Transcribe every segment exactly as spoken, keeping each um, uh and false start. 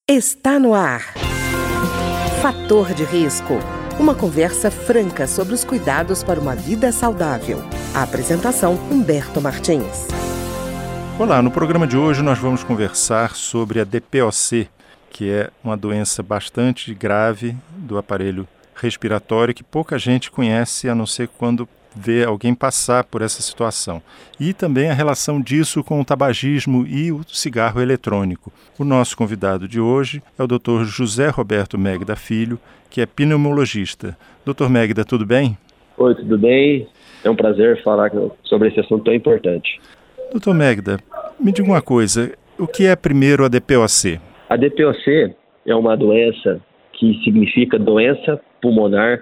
Está no ar. Fator de risco. Uma conversa franca sobre os cuidados para uma vida saudável. A apresentação, Humberto Martins. Olá, no programa de hoje nós vamos conversar sobre a D P O C, que é uma doença bastante grave do aparelho respiratório que pouca gente conhece, a não ser quando vê alguém passar por essa situação. E também a relação disso com o tabagismo e o cigarro eletrônico. O nosso convidado de hoje é o doutor José Roberto Megda Filho, que é pneumologista. doutor Megda, tudo bem? Oi, tudo bem? É um prazer falar sobre esse assunto tão importante. doutor Megda, me diga uma coisa, o que é primeiro a D P O C? A D P O C é uma doença que significa doença pulmonar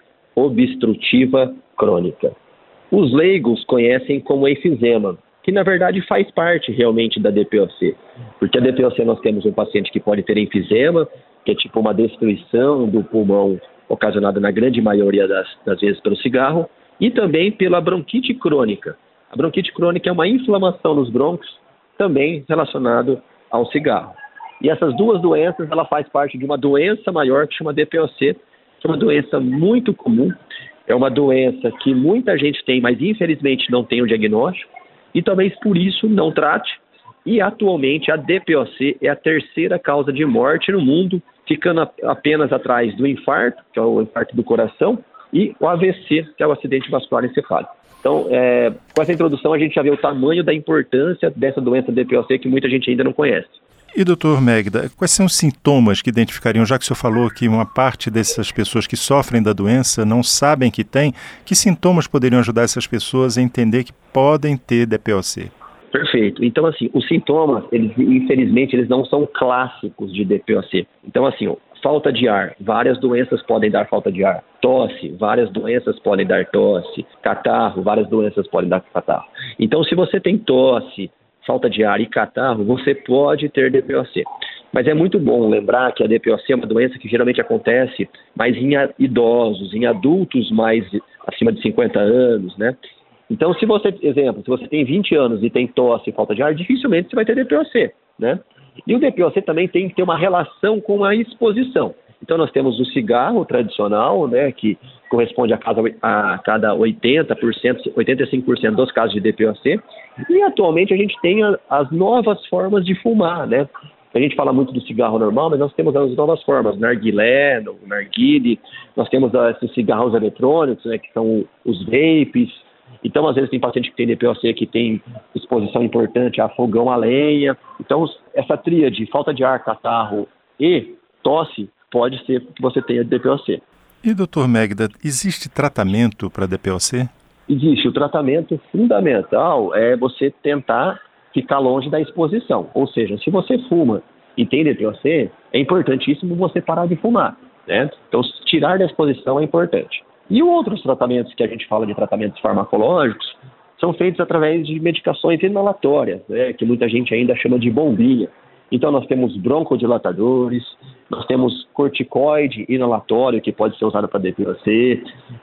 obstrutiva crônica. Os leigos conhecem como enfisema, que na verdade faz parte realmente da D P O C. Porque a D P O C nós temos um paciente que pode ter enfisema, que é tipo uma destruição do pulmão ocasionada na grande maioria das, das vezes pelo cigarro, e também pela bronquite crônica. A bronquite crônica é uma inflamação nos brônquios, também relacionado ao cigarro. E essas duas doenças, ela faz parte de uma doença maior que chama D P O C, que é uma doença muito comum. É uma doença que muita gente tem, mas infelizmente não tem o diagnóstico e talvez por isso não trate. E atualmente a D P O C é a terceira causa de morte no mundo, ficando a, apenas atrás do infarto, que é o infarto do coração, e o A V C, que é o acidente vascular encefálico. Então, é, com essa introdução a gente já vê o tamanho da importância dessa doença D P O C que muita gente ainda não conhece. E, doutor Megda, quais são os sintomas que identificariam, já que o senhor falou que uma parte dessas pessoas que sofrem da doença não sabem que tem, que sintomas poderiam ajudar essas pessoas a entender que podem ter D P O C? Perfeito. Então, assim, os sintomas, eles, infelizmente, eles não são clássicos de D P O C. Então, assim, ó, falta de ar, várias doenças podem dar falta de ar. Tosse, várias doenças podem dar tosse. Catarro, várias doenças podem dar catarro. Então, se você tem tosse, falta de ar e catarro, você pode ter D P O C. Mas é muito bom lembrar que a D P O C é uma doença que geralmente acontece mais em idosos, em adultos mais acima de cinquenta anos, né? Então, se você, exemplo, se você tem vinte anos e tem tosse e falta de ar, dificilmente você vai ter D P O C, né? E o D P O C também tem que ter uma relação com a exposição. Então, nós temos o cigarro tradicional, né, que corresponde a cada, a cada oitenta por cento, oitenta e cinco por cento dos casos de D P O C. E, atualmente, a gente tem a, as novas formas de fumar, né? A gente fala muito do cigarro normal, mas nós temos as novas formas, narguilé, narguile, nós temos esses cigarros eletrônicos, né, que são os vapes. Então, às vezes, tem paciente que tem D P O C que tem exposição importante a fogão a lenha. Então, essa tríade, falta de ar, catarro e tosse, pode ser que você tenha D P O C. E, doutor Megda, existe tratamento para D P O C? Existe. O tratamento fundamental é você tentar ficar longe da exposição. Ou seja, se você fuma e tem D P O C, é importantíssimo você parar de fumar, né? Então, tirar da exposição é importante. E outros tratamentos que a gente fala de tratamentos farmacológicos são feitos através de medicações inalatórias, né, que muita gente ainda chama de bombinha. Então, nós temos broncodilatadores, nós temos corticoide inalatório, que pode ser usado para D P O C,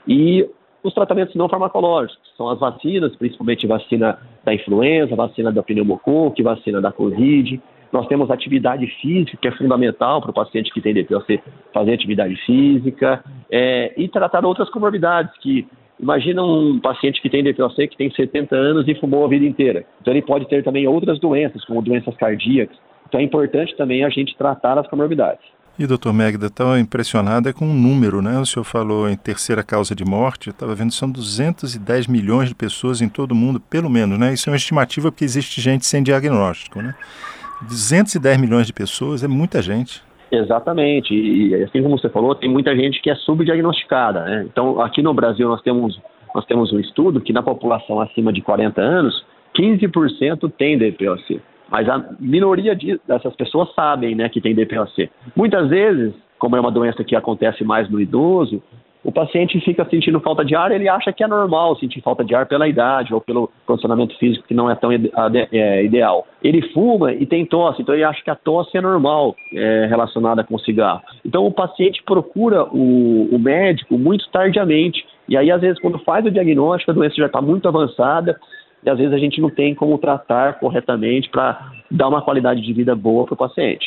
e os tratamentos não farmacológicos, são as vacinas, principalmente vacina da influenza, vacina da pneumocoque, vacina da Covid. Nós temos atividade física, que é fundamental para o paciente que tem D P O C fazer atividade física, é, e tratar outras comorbidades, que imagina um paciente que tem D P O C que tem setenta anos e fumou a vida inteira. Então ele pode ter também outras doenças, como doenças cardíacas. Então é importante também a gente tratar as comorbidades. E, doutor Megda, estou impressionado com o número, né? O senhor falou em terceira causa de morte, eu estava vendo que são duzentos e dez milhões de pessoas em todo o mundo, pelo menos, né? Isso é uma estimativa porque existe gente sem diagnóstico, né? duzentos e dez milhões de pessoas é muita gente. Exatamente, e assim como você falou, tem muita gente que é subdiagnosticada, né? Então, aqui no Brasil nós temos, nós temos um estudo que na população acima de quarenta anos, quinze por cento tem D P O C. Mas a minoria de, dessas pessoas sabem, né, que tem D P O C. Muitas vezes, como é uma doença que acontece mais no idoso, o paciente fica sentindo falta de ar, ele acha que é normal sentir falta de ar pela idade ou pelo condicionamento físico que não é tão é, ideal. Ele fuma e tem tosse, então ele acha que a tosse é normal, é, relacionada com o cigarro. Então o paciente procura o, o médico muito tardiamente, e aí às vezes quando faz o diagnóstico a doença já está muito avançada, e às vezes a gente não tem como tratar corretamente para dar uma qualidade de vida boa para o paciente.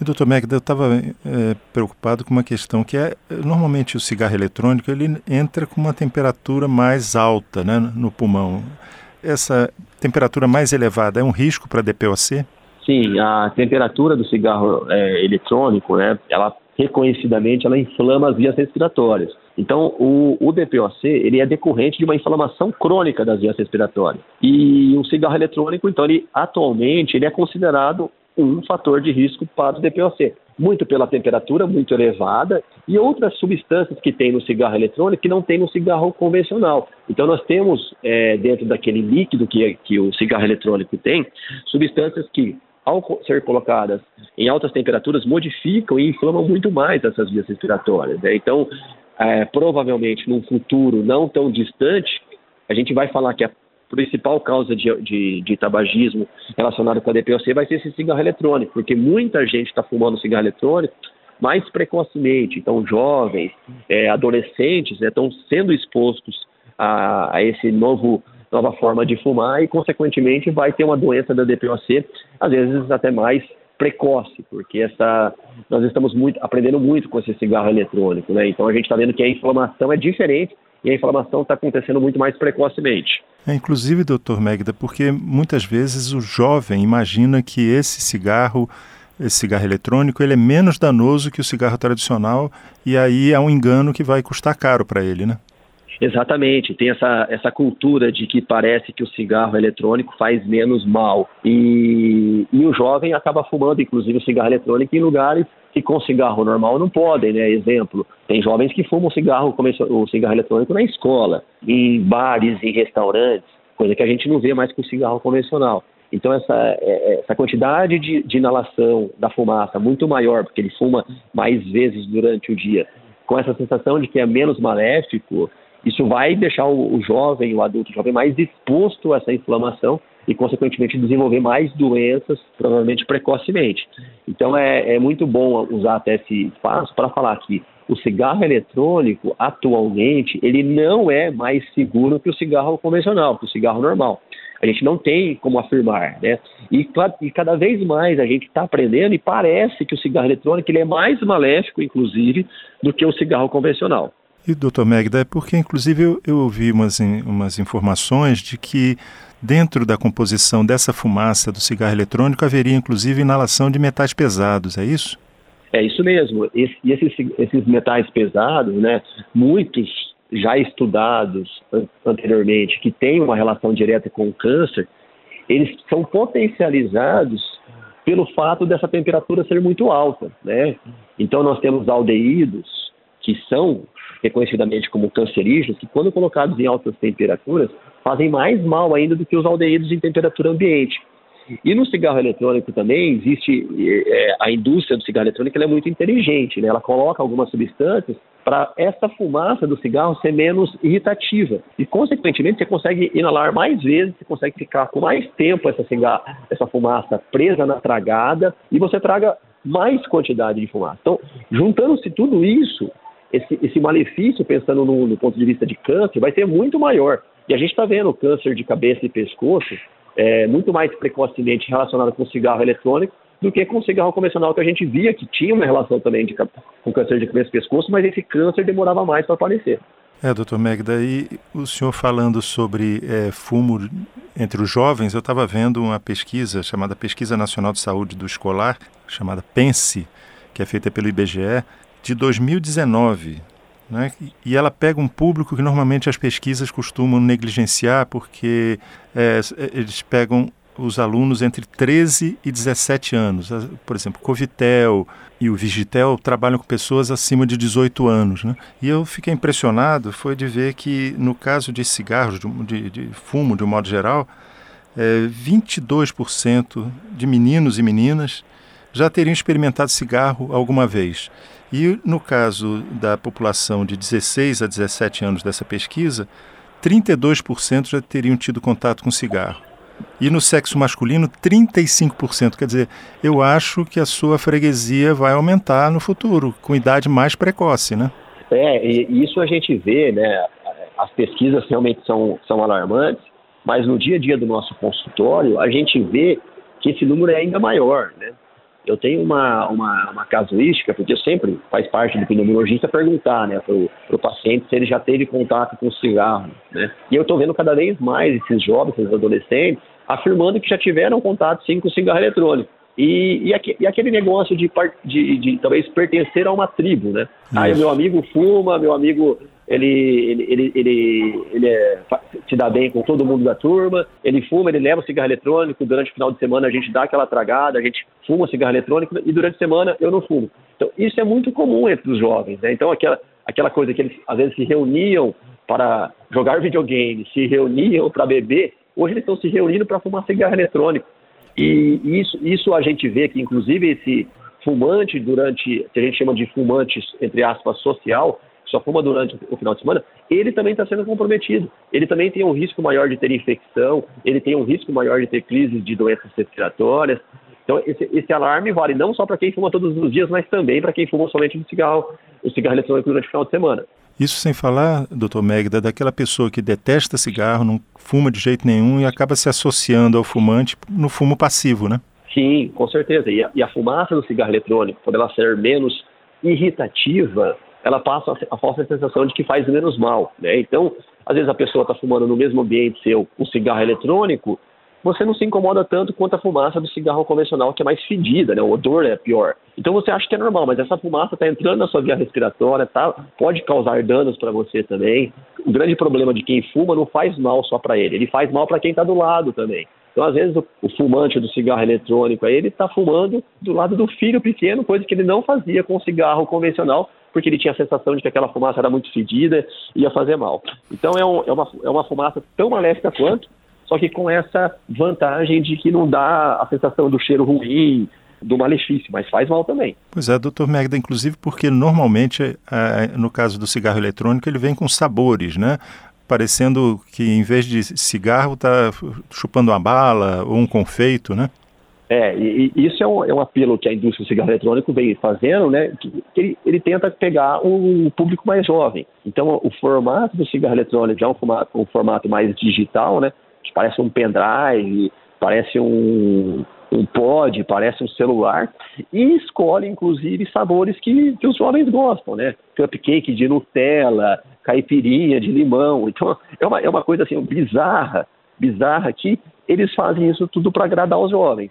E, doutor Magda, eu estava é, preocupado com uma questão que é, normalmente o cigarro eletrônico ele entra com uma temperatura mais alta, né, no pulmão. Essa temperatura mais elevada é um risco para a D P O C? Sim, a temperatura do cigarro é, eletrônico, né, ela reconhecidamente ela inflama as vias respiratórias. Então, o, o D P O C ele é decorrente de uma inflamação crônica das vias respiratórias. E o cigarro eletrônico, então, ele atualmente ele é considerado um fator de risco para o D P O C, muito pela temperatura muito elevada e outras substâncias que tem no cigarro eletrônico que não tem no cigarro convencional. Então nós temos é, dentro daquele líquido que, que o cigarro eletrônico tem, substâncias que ao ser colocadas em altas temperaturas modificam e inflamam muito mais essas vias respiratórias, né? Então é, provavelmente num futuro não tão distante a gente vai falar que a principal causa de, de, de tabagismo relacionado com a D P O C vai ser esse cigarro eletrônico, porque muita gente está fumando cigarro eletrônico mais precocemente. Então, jovens, é, adolescentes né, estão sendo expostos a, a esse novo nova forma de fumar e, consequentemente, vai ter uma doença da D P O C, às vezes até mais precoce, porque essa, nós estamos muito, aprendendo muito com esse cigarro eletrônico, né? Então, a gente está vendo que a inflamação é diferente e a inflamação está acontecendo muito mais precocemente. É, inclusive, doutor Magda, porque muitas vezes o jovem imagina que esse cigarro, esse cigarro eletrônico, ele é menos danoso que o cigarro tradicional e aí é um engano que vai custar caro para ele, né? Exatamente, tem essa, essa cultura de que parece que o cigarro eletrônico faz menos mal e, e o jovem acaba fumando, inclusive, o cigarro eletrônico em lugares que com cigarro normal não podem, né? Exemplo, tem jovens que fumam cigarro, o cigarro eletrônico na escola, em bares, em restaurantes, coisa que a gente não vê mais com o cigarro convencional. Então essa, essa quantidade de, de inalação da fumaça muito maior, porque ele fuma mais vezes durante o dia, com essa sensação de que é menos maléfico, isso vai deixar o, o jovem, o adulto jovem mais exposto a essa inflamação e, consequentemente, desenvolver mais doenças, provavelmente precocemente. Então, é, é muito bom usar até esse espaço para falar que o cigarro eletrônico, atualmente, ele não é mais seguro que o cigarro convencional, que o cigarro normal. A gente não tem como afirmar, né? E, e cada vez mais a gente está aprendendo e parece que o cigarro eletrônico ele é mais maléfico, inclusive, do que o cigarro convencional. E, doutor Magda, é porque, inclusive, eu, eu ouvi umas, umas informações de que dentro da composição dessa fumaça do cigarro eletrônico haveria, inclusive, inalação de metais pesados, é isso? É isso mesmo. Esse, e esses, esses metais pesados, né, muitos já estudados anteriormente, que têm uma relação direta com o câncer, eles são potencializados pelo fato dessa temperatura ser muito alta, né? Então, nós temos aldeídos que são reconhecidamente como cancerígenos, que quando colocados em altas temperaturas, fazem mais mal ainda do que os aldeídos em temperatura ambiente. E no cigarro eletrônico também existe, é, a indústria do cigarro eletrônico ela é muito inteligente, né? Ela coloca algumas substâncias para essa fumaça do cigarro ser menos irritativa. E, consequentemente, você consegue inalar mais vezes, você consegue ficar com mais tempo essa, cigarro, essa fumaça presa na tragada e você traga mais quantidade de fumaça. Então, juntando-se tudo isso, esse, esse malefício, pensando no, no ponto de vista de câncer, vai ser muito maior. E a gente está vendo o câncer de cabeça e pescoço é, muito mais precocemente relacionado com o cigarro eletrônico do que com o cigarro convencional, que a gente via que tinha uma relação também de, com câncer de cabeça e pescoço, mas esse câncer demorava mais para aparecer. É, doutor Magda, e o senhor falando sobre é, fumo entre os jovens, eu estava vendo uma pesquisa chamada Pesquisa Nacional de Saúde do Escolar, chamada PENSE, que é feita pelo I B G E, de dois mil e dezenove, né? E ela pega um público que normalmente as pesquisas costumam negligenciar, porque é, eles pegam os alunos entre treze e dezessete anos. Por exemplo, o Covitel e o Vigitel trabalham com pessoas acima de dezoito anos, né? E eu fiquei impressionado foi de ver que, no caso de cigarros, de, de, de fumo de um modo geral, é, vinte e dois por cento de meninos e meninas já teriam experimentado cigarro alguma vez. E no caso da população de dezesseis a dezessete anos dessa pesquisa, trinta e dois por cento já teriam tido contato com cigarro. E no sexo masculino, trinta e cinco por cento. Quer dizer, eu acho que a sua freguesia vai aumentar no futuro, com idade mais precoce, né? É, e isso a gente vê, né? As pesquisas realmente são, são alarmantes, mas no dia a dia do nosso consultório, a gente vê que esse número é ainda maior, né? eu tenho uma, uma, uma casuística, porque eu sempre faz parte do pneumologista perguntar, né, para o paciente se ele já teve contato com cigarro, né? E eu estou vendo cada vez mais esses jovens, esses adolescentes, afirmando que já tiveram contato sim com o cigarro eletrônico. E, e, aqui, e aquele negócio de, de, de talvez pertencer a uma tribo, né? Ah, meu amigo fuma, meu amigo ele, ele, ele, ele, ele é, se dá bem com todo mundo da turma, ele fuma, ele leva o cigarro eletrônico, durante o final de semana a gente dá aquela tragada, a gente fuma o cigarro eletrônico e durante a semana eu não fumo. Então isso é muito comum entre os jovens, né? Então aquela, aquela coisa que eles às vezes se reuniam para jogar videogame, se reuniam para beber, hoje eles estão se reunindo para fumar cigarro eletrônico. E isso, isso a gente vê que, inclusive, esse fumante durante, que a gente chama de fumante, entre aspas, social, que só fuma durante o final de semana, ele também está sendo comprometido. Ele também tem um risco maior de ter infecção, ele tem um risco maior de ter crises de doenças respiratórias. Então, esse, esse alarme vale não só para quem fuma todos os dias, mas também para quem fuma somente o cigarro, o cigarro eletrônico durante o final de semana. Isso sem falar, doutor Megda, daquela pessoa que detesta cigarro, não fuma de jeito nenhum e acaba se associando ao fumante no fumo passivo, né? Sim, com certeza. E a, e a fumaça do cigarro eletrônico, por ela ser menos irritativa, ela passa a, a falsa sensação de que faz menos mal, né? Então, às vezes a pessoa está fumando no mesmo ambiente seu o cigarro eletrônico, você não se incomoda tanto quanto a fumaça do cigarro convencional, que é mais fedida, né? O odor é pior. Então você acha que é normal, mas essa fumaça está entrando na sua via respiratória, tá? Pode causar danos para você também. O grande problema de quem fuma não faz mal só para ele, ele faz mal para quem está do lado também. Então, às vezes, o, o fumante do cigarro eletrônico, ele está fumando do lado do filho pequeno, coisa que ele não fazia com o cigarro convencional, porque ele tinha a sensação de que aquela fumaça era muito fedida e ia fazer mal. Então é, um, é, uma, é uma fumaça tão maléfica quanto, só que com essa vantagem de que não dá a sensação do cheiro ruim, do malefício, mas faz mal também. Pois é, doutor Megda, inclusive porque normalmente, no caso do cigarro eletrônico, ele vem com sabores, né? Parecendo que em vez de cigarro está chupando uma bala ou um confeito, né? É, e, e isso é um, é um apelo que a indústria do cigarro eletrônico vem fazendo, né? Que, que ele, ele tenta pegar um público mais jovem. Então, o formato do cigarro eletrônico já é um formato, um formato mais digital, né? Que parece um pendrive, parece um, um pod, parece um celular, e escolhe, inclusive, sabores que, que os jovens gostam, né? Cupcake de Nutella, caipirinha de limão. Então, é uma, é uma coisa assim, bizarra, bizarra que eles fazem isso tudo para agradar os jovens.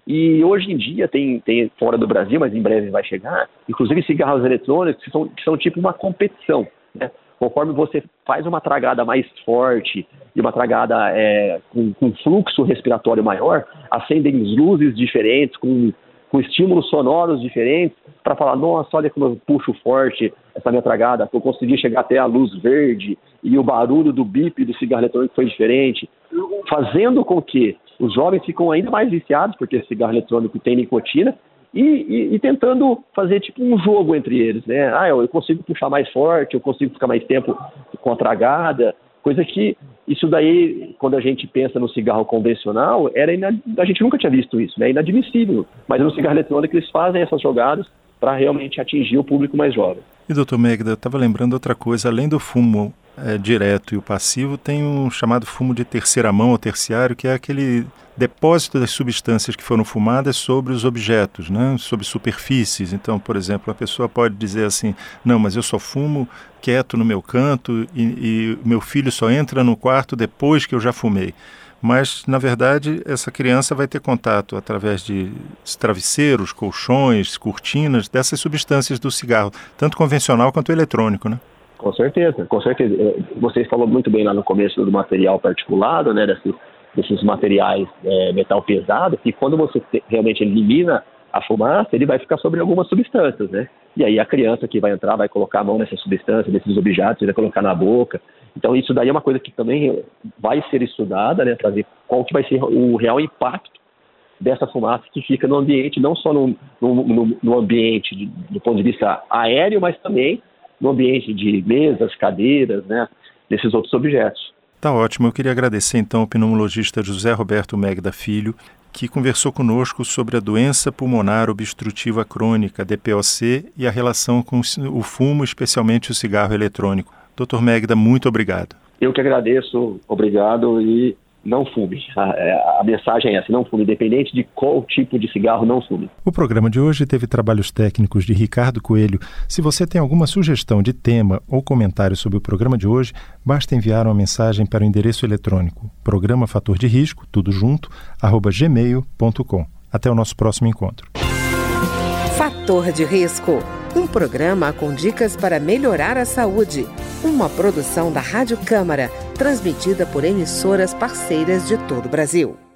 E hoje em dia tem, tem fora do Brasil, mas em breve vai chegar, inclusive cigarros eletrônicos que são, que são tipo uma competição, né? Conforme você faz uma tragada mais forte e uma tragada é, com, com fluxo respiratório maior, acendem luzes diferentes, com, com estímulos sonoros diferentes, para falar, nossa, olha como eu puxo forte essa minha tragada, eu consegui chegar até a luz verde e o barulho do bip do cigarro eletrônico foi diferente, fazendo com que os jovens ficam ainda mais viciados, porque o cigarro eletrônico tem nicotina, E, e, e tentando fazer tipo um jogo entre eles, né? Ah, eu, eu consigo puxar mais forte, eu consigo ficar mais tempo com a tragada, coisa que isso daí, quando a gente pensa no cigarro convencional, era inad... a gente nunca tinha visto isso, né? Inadmissível. Mas no cigarro eletrônico eles fazem essas jogadas para realmente atingir o público mais jovem. E doutor Megda, eu estava lembrando outra coisa, além do fumo é, direto e o passivo, tem um chamado fumo de terceira mão ou terciário, que é aquele depósito das substâncias que foram fumadas sobre os objetos, né? Sobre superfícies. Então, por exemplo, a pessoa pode dizer assim, não, mas eu só fumo quieto no meu canto e, e meu filho só entra no quarto depois que eu já fumei. Mas, na verdade, essa criança vai ter contato através de travesseiros, colchões, cortinas, dessas substâncias do cigarro, tanto convencional quanto eletrônico, né? Com certeza, com certeza. Vocês falaram muito bem lá no começo do material particulado, né, desses, desses materiais é, metal pesado, que quando você te, realmente elimina a fumaça, ele vai ficar sobre algumas substâncias, né? E aí a criança que vai entrar vai colocar a mão nessa substância, nesses objetos, vai colocar na boca. Então isso daí é uma coisa que também vai ser estudada, né, para ver qual que vai ser o real impacto dessa fumaça que fica no ambiente, não só no, no, no ambiente de, do ponto de vista aéreo, mas também no ambiente de mesas, cadeiras, né, desses outros objetos. Tá ótimo. Eu queria agradecer então ao pneumologista José Roberto Megda Filho, que conversou conosco sobre a doença pulmonar obstrutiva crônica, D P O C, e a relação com o fumo, especialmente o cigarro eletrônico. doutor Megda, muito obrigado. Eu que agradeço, obrigado, e não fume. A, a mensagem é essa, não fume. Independente de qual tipo de cigarro, não fume. O programa de hoje teve trabalhos técnicos de Ricardo Coelho. Se você tem alguma sugestão de tema ou comentário sobre o programa de hoje, basta enviar uma mensagem para o endereço eletrônico programa fator de risco, tudo junto, arroba gmail ponto com. Até o nosso próximo encontro. Fator de Risco, um programa com dicas para melhorar a saúde. Uma produção da Rádio Câmara, transmitida por emissoras parceiras de todo o Brasil.